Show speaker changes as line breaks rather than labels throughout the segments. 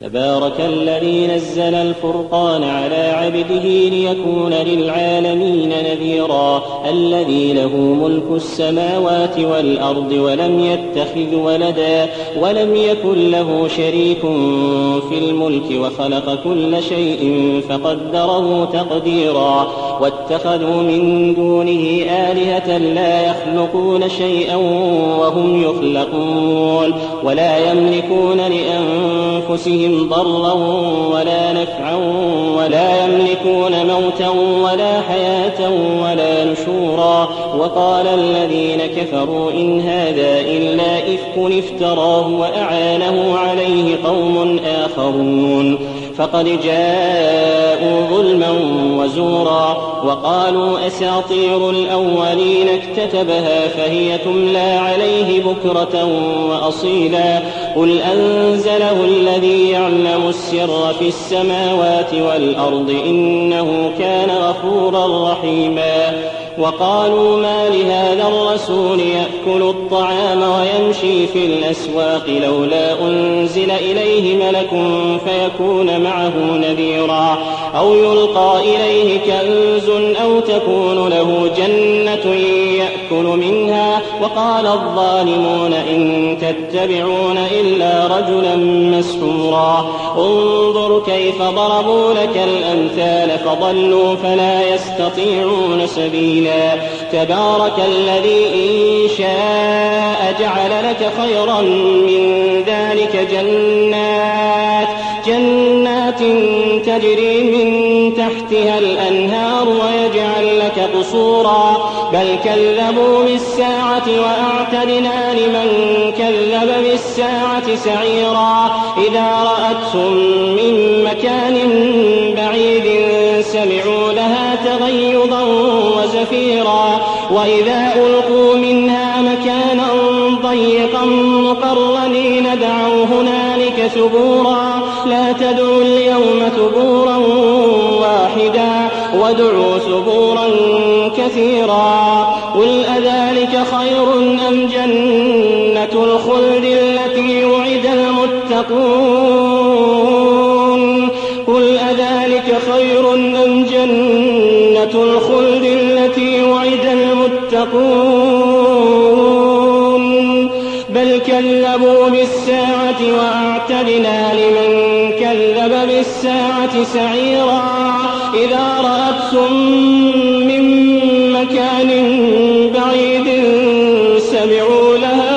تبارك الذي نزل الفرقان على عبده ليكون للعالمين نذيرا الذي له ملك السماوات والأرض ولم يتخذ ولدا ولم يكن له شريك في الملك وخلق كل شيء فقدره تقديرا واتخذوا من دونه آلهة لا يخلقون شيئا وهم يخلقون ولا يملكون لأنفسهم ضرا ولا نفعا ولا يملكون موتا ولا حياة ولا نشورا وقال الذين كفروا إن هذا إلا إفك افتراه وأعانه عليه قوم آخرون فقد جاءوا ظلما وزورا وقالوا أساطير الأولين اكتتبها فهي تملى عليه بكرة وأصيلا قل أنزله الذي يعلم السر في السماوات والأرض إنه كان غفورا رحيما وقالوا ما لهذا الرسول يأكل الطعام ويمشي في الأسواق لولا أنزل إليه ملك فيكون معه نذيرا أو يلقى إليه كنز أو تكون له جنة يأكل منها وقال الظالمون إن تتبعون إلا رجلا مسحورا انظر كيف ضربوا لك الأمثال فضلوا فلا يستطيعون سبيلا تبارك الذي إن شاء جعل لك خيرا من ذلك جنات تجري من تحتها الأنهار ويجعل لك قصورا بل كذبوا بالساعة وأعتدنا لمن كذب بالساعة سعيرا إذا رأتهم من مكان بعيد سمعوا لها تغيظا وزفيرا وإذا ألقوا منها مكانا ضيقا مقرنين دعوا هنالك ثبورا لا تدعوا اليوم ثبورا واحدا وادعوا ثبورا كثيرا قل أذلك خير أم جنة الخلد التي وعد المتقون قل أذلك خير أم جنة الخلد التي وعد المتقون بل كذبوا بالساعة وأعتدنا لمن كذب بالساعة سعيرا إذا رأتهم من مكان بعيد سمعوا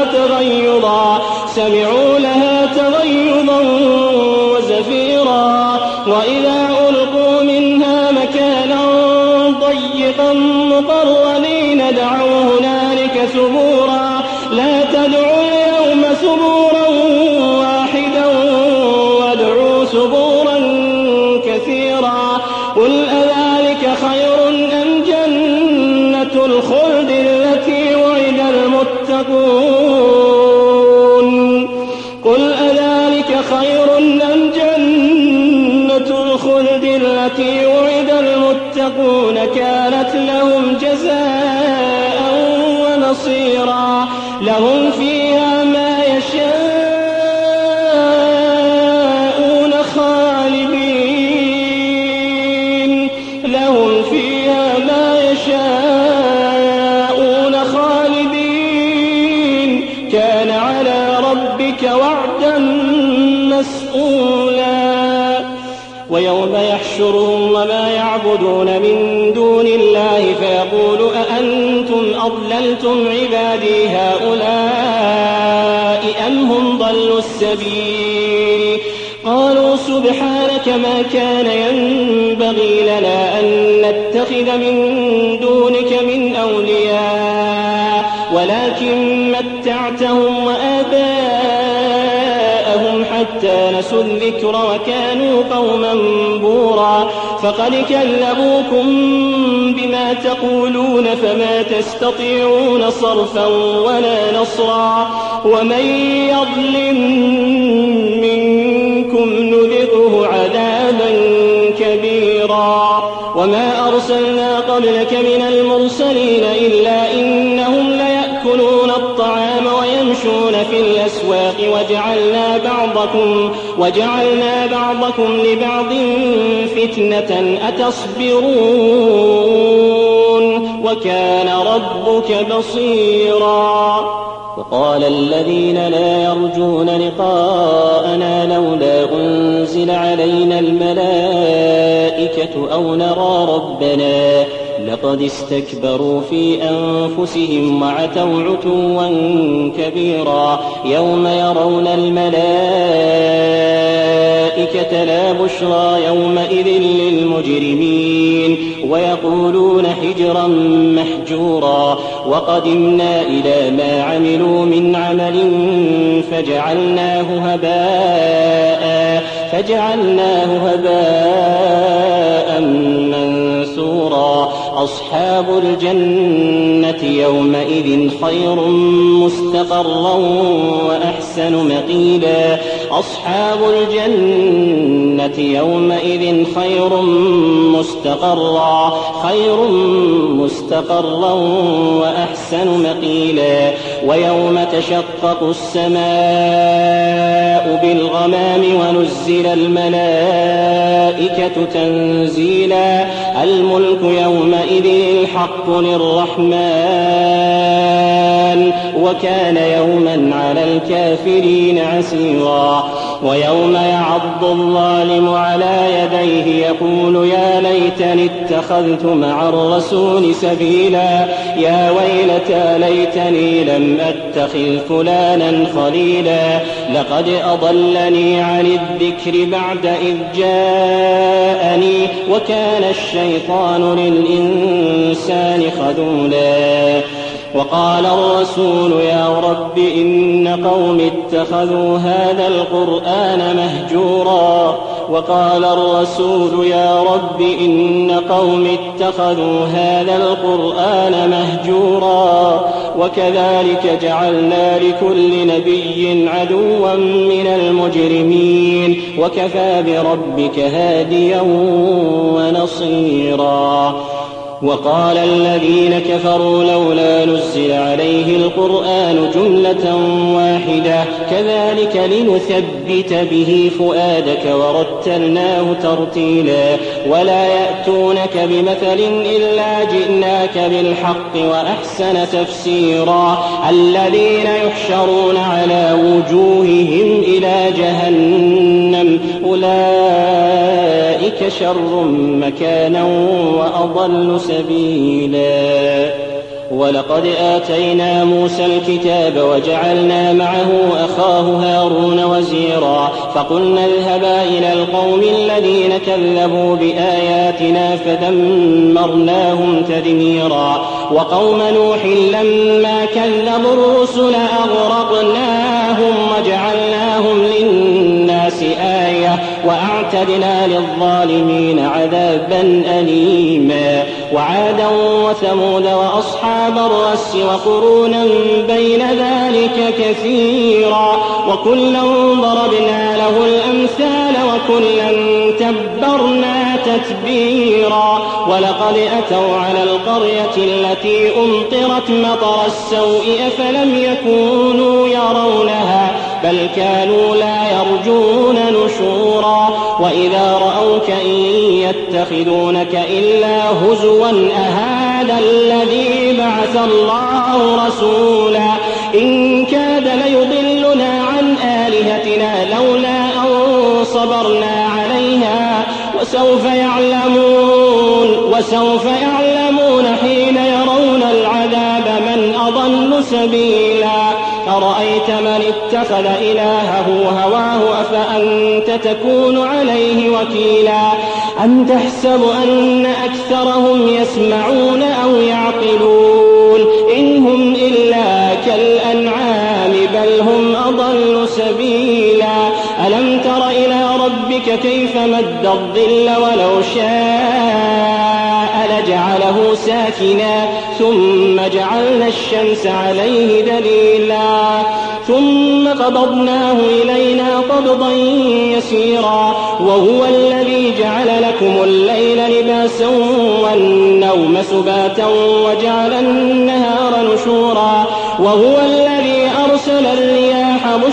لها تغيظا وزفيرا وإذا ألقوا منها مكانا ضيقا مقرنين دعوا هنالك ثبورا لا تدعوا اليوم ثبورا واحدا وادعوا ثبورا كثيرا قل أذلك خير أم جنة الخلد التي وعد المتقون قل أذلك خير أم جنة الخلد التي وعد المتقون كانت لهم جزاء ونصيرا لهم فيها ما يشاءون خالدين كان على ربك وعدا مسئولا ويوم يحشرهم وما يعبدون من دون الله فيقول أأنتم أضللتم عبادي هؤلاء أم هم ضلوا السبيل قالوا سبحانك ما كان ينبغي لنا أن نتخذ من دونك من أولياء ولكن متعتهم وآباءهم حتى نسوا الذكر وكانوا قوما بورا فقد كذبوكم بما تقولون فما تستطيعون صرفا ولا نصرا ومن يظلم منكم نذقه عذابا كبيرا وما أرسلنا قبلك من المرسلين إلا إنهم ليأكلون الطعام ويمشون يمشون في الأسواق وجعلنا بعضكم لبعض فتنة أتصبرون وكان ربك بصيرا. وقال الذين لا يرجون لقاءنا لولا أنزل علينا الملائكة أو نرى ربنا لقد استكبروا في أنفسهم وعتوا عتوا كبيرا. يوم يرون الملائكة لا بشرى يومئذ للمجرمين ويقولون حجرا محجورا. وقدمنا إلى ما عملوا من عمل فجعلناه هباء منثورا. أصحاب الجنة يومئذ خير مستقرا وأحسن مقيلا. أصحاب الجنة يومئذ خير مستقرا وأحسن مقيلا. ويوم تشقق السماء بالغمام ونزل الملائكة تنزيلا. الملك يومئذ الحق للرحمن وكان يوما على الكافرين عسيرا. ويوم يعض الظالم على يديه يقول يا ليتني اتخذت مع الرسول سبيلا. يا ويلتى ليتني لم أتخذ فلانا خليلا. لقد أضلني عن الذكر بعد إذ جاءني وكان الشيطان للإنسان خذولا. وقال الرسول يا رب إن قوم اتخذوا هذا القرآن مهجورا. وكذلك جعلنا لكل نبي عدوا من المجرمين وكفى بربك هاديا ونصيرا. وقال الذين كفروا لولا نزل عليه القرآن جملة واحدة كذلك لنثبت به فؤادك ورتلناه ترتيلا. ولا يأتونك بمثل إلا جئناك بالحق وأحسن تفسيرا. الذين يحشرون على وجوههم إلى جهنم أولئك شر مكانا وأضل سبيلا. ولقد آتينا موسى الكتاب وجعلنا معه أخاه هارون وزيرا. فقلنا اذهبا إلى القوم الذين كذبوا بآياتنا فدمرناهم تدميرا. وقوم نوح لما كذبوا الرسل أغرقناهم وجعلناهم للناس آية وأعتدنا للظالمين عذابا أليما. وعادا وثمود وأصحاب الرس وقرونا بين ذلك كثيرا. وكلا ضربنا له الأمثال وكلا تبرنا تتبيرا. ولقد أتوا على القرية التي أمطرت مطر السوء أفلم يكونوا يرونها بل كانوا لا يرجون نشورا. وإذا رأوك إن يتخذونك إلا هزوا أهذا الذي بعث الله رسولا. إن كاد ليضلنا عن آلهتنا لولا أن صبرنا عليها وسوف يعلمون حين يرون العذاب من أضل سبيلا. أرأيت من اتخذ إلهه هواه أفأنت تكون عليه وكيلا. أم تحسب أن أكثرهم يسمعون أو يعقلون إن هم إلا كالأنعام بل هم أضل سبيلا. ألم تر إلى ربك كيف مد الظل ولو شاء لجعله ساكنا ثم جعلنا الشمس عليه دليلا ثم قبضناه إلينا قبضا يسيرا. وهو الذي جعل لكم الليل لباسا والنوم سباتا وجعل النهار نشورا. وهو الذي أرسل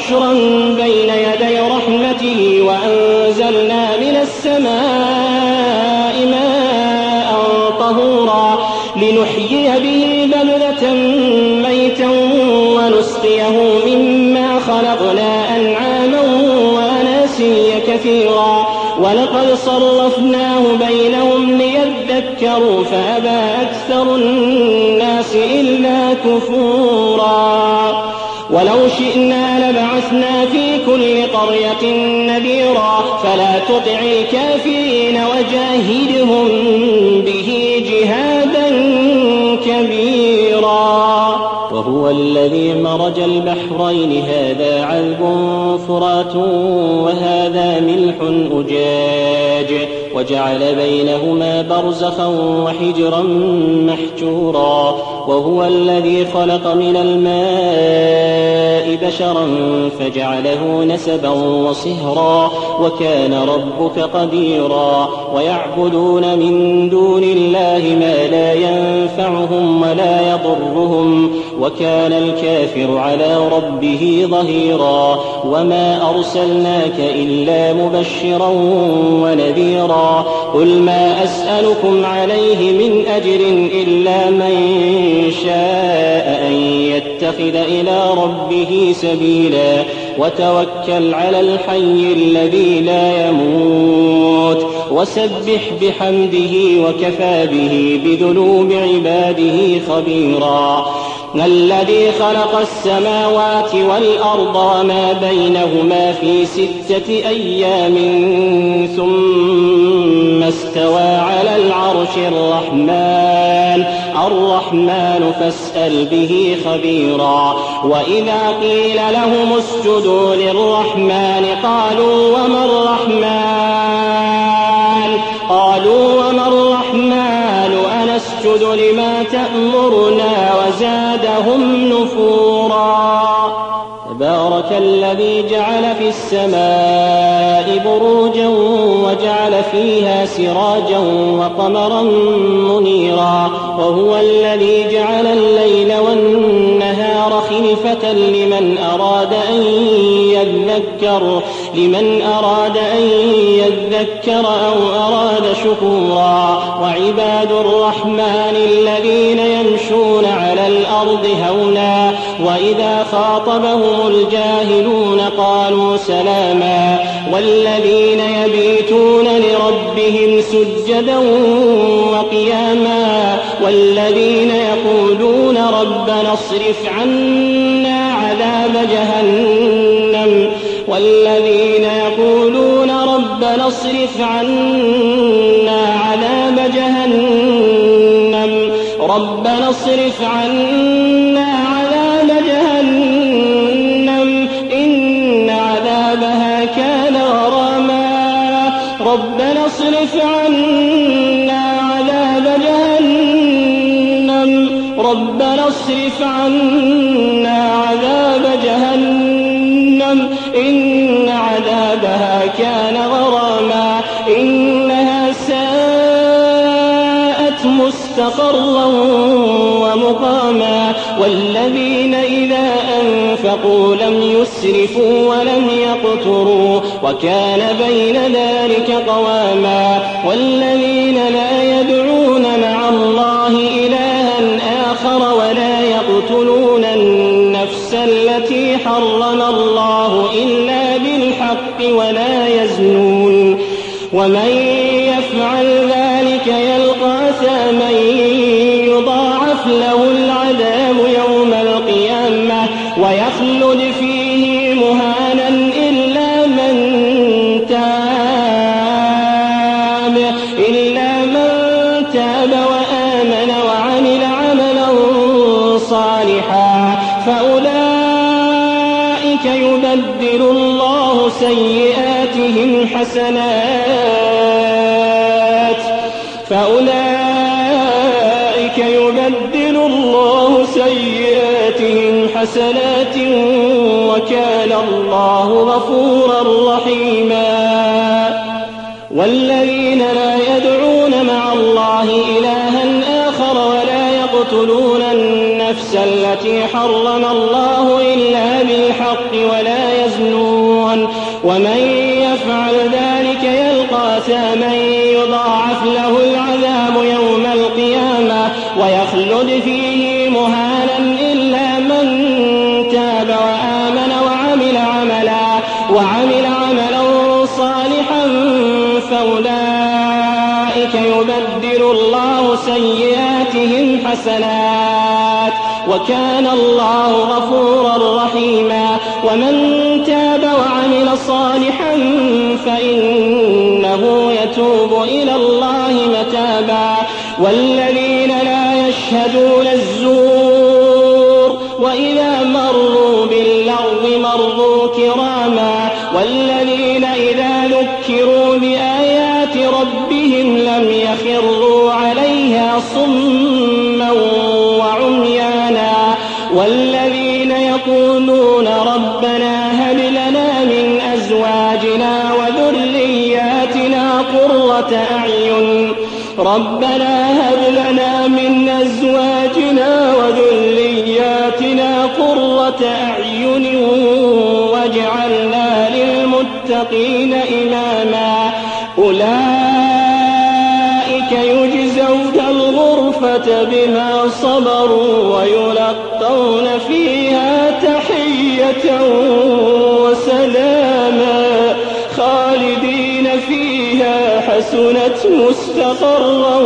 بشرا بين يدي رحمته وأنزلنا من السماء ماء طهورا لنحيي به بلدة ميتا ونسقيه مما خلقنا أنعاما وأناسيا كثيرا ولقد صرفناه بينهم ليذكروا فأبى أكثر الناس إلا كفورا ولو شئنا لبعثنا في كل قرية نذيرا فلا تطع الكافرين وجاهدهم به جهادا كبيرا وهو الذي مرج البحرين هذا عذب فرات وهذا ملح أجاج وجعل بينهما برزخا وحجرا محجورا وهو الذي خلق من الماء بشرا فجعله نسبا وصهرا وكان ربك قديرا ويعبدون من دون الله ما لا ينفعهم ولا يضرهم وكان الكافر على ربه ظهيرا وما أرسلناك إلا مبشرا ونذيرا قل ما أسألكم عليه من أجر إلا من شاء أن يتخذ إلى ربه سبيلا وتوكل على الحي الذي لا يموت وسبح بحمده وكفى به بذنوب عباده خبيرا الذي خلق السماوات والأرض وما بينهما في 6 أيام ثم استوى على العرش الرحمن فاسأل به خبيرا وإذا قيل لهم اسجدوا للرحمن قالوا وما الرحمن أنسجد لما تأمرنا وزادهم نفورا تبارك الذي جعل في السماء بروجا وجعل فيها سراجا وقمرا منيرا وهو الذي جعل الليل والنهار خلفة لمن أراد أن يذكر أو أراد شكورا وعباد الرحمن الذين يمشون على الأرض هونا وإذا خاطبهم الجاهلون قالوا سلاما والذين يبيتون لربهم سجدا وقياما والذين يقولون ربنا اصرف عنا عذاب جهنم ربنا اصرف عنا عذاب جهنم إن عذابها كان غراما ربنا اصرف عنا عذاب جهنم إن عذابها كان غراما إنها ساءت مستقرا ومقاما والذين إذا أنفقوا لم يسرفوا ولم يقتروا وكان بين ذلك قواما والذين لا يدعون مع الله إلها آخر ولا يقتلون النفس التي حرم الله إلا بالحق ولا يزنون ومن يفعل ذلك يلقى أثاما يضاعف له العذاب يوم القيامة ويخلد فيه مهانا إلا من تاب وآمن وعمل عملا صالحا فأولئك يبدل الله سيئاتهم حسنات وكان الله غفورا رحيما والذين لا يدعون مع الله إلها آخر ولا يقتلون النفس النفس التي حرم الله إلا بالحق ولا يزنون ومن يفعل ذلك يلقى ثاما يضاعف له العذاب يوم القيامة ويخلد فيه مهانا إلا من تاب وآمن وعمل عملا صالحا فأولئك يبدل الله سيئاتهم حسنات وكان الله غفورا رحيما ومن تاب وعمل صالحا فإنه يتوب إلى الله متابا والذين لا يشهدون الزور وإذا مروا باللغو مروا كراما والذين إذا ذكروا بآيات ربهم لم يخروا عليها صما وعميانا والذين يقولون ربنا هب لنا من أزواجنا وذرياتنا قرة أعين واجعلنا للمتقين إماما أولئك يجزون الغرفة بما صبروا ويلقون فيها تحية وسلاما خالدين فيها حسنت مستقرا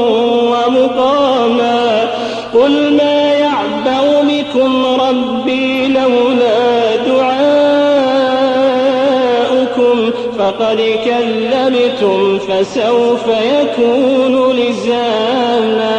ومقاما قل ما يعبأ بكم ربي لولا دعاؤكم فقد كذبتم فسوف يكون لزاما.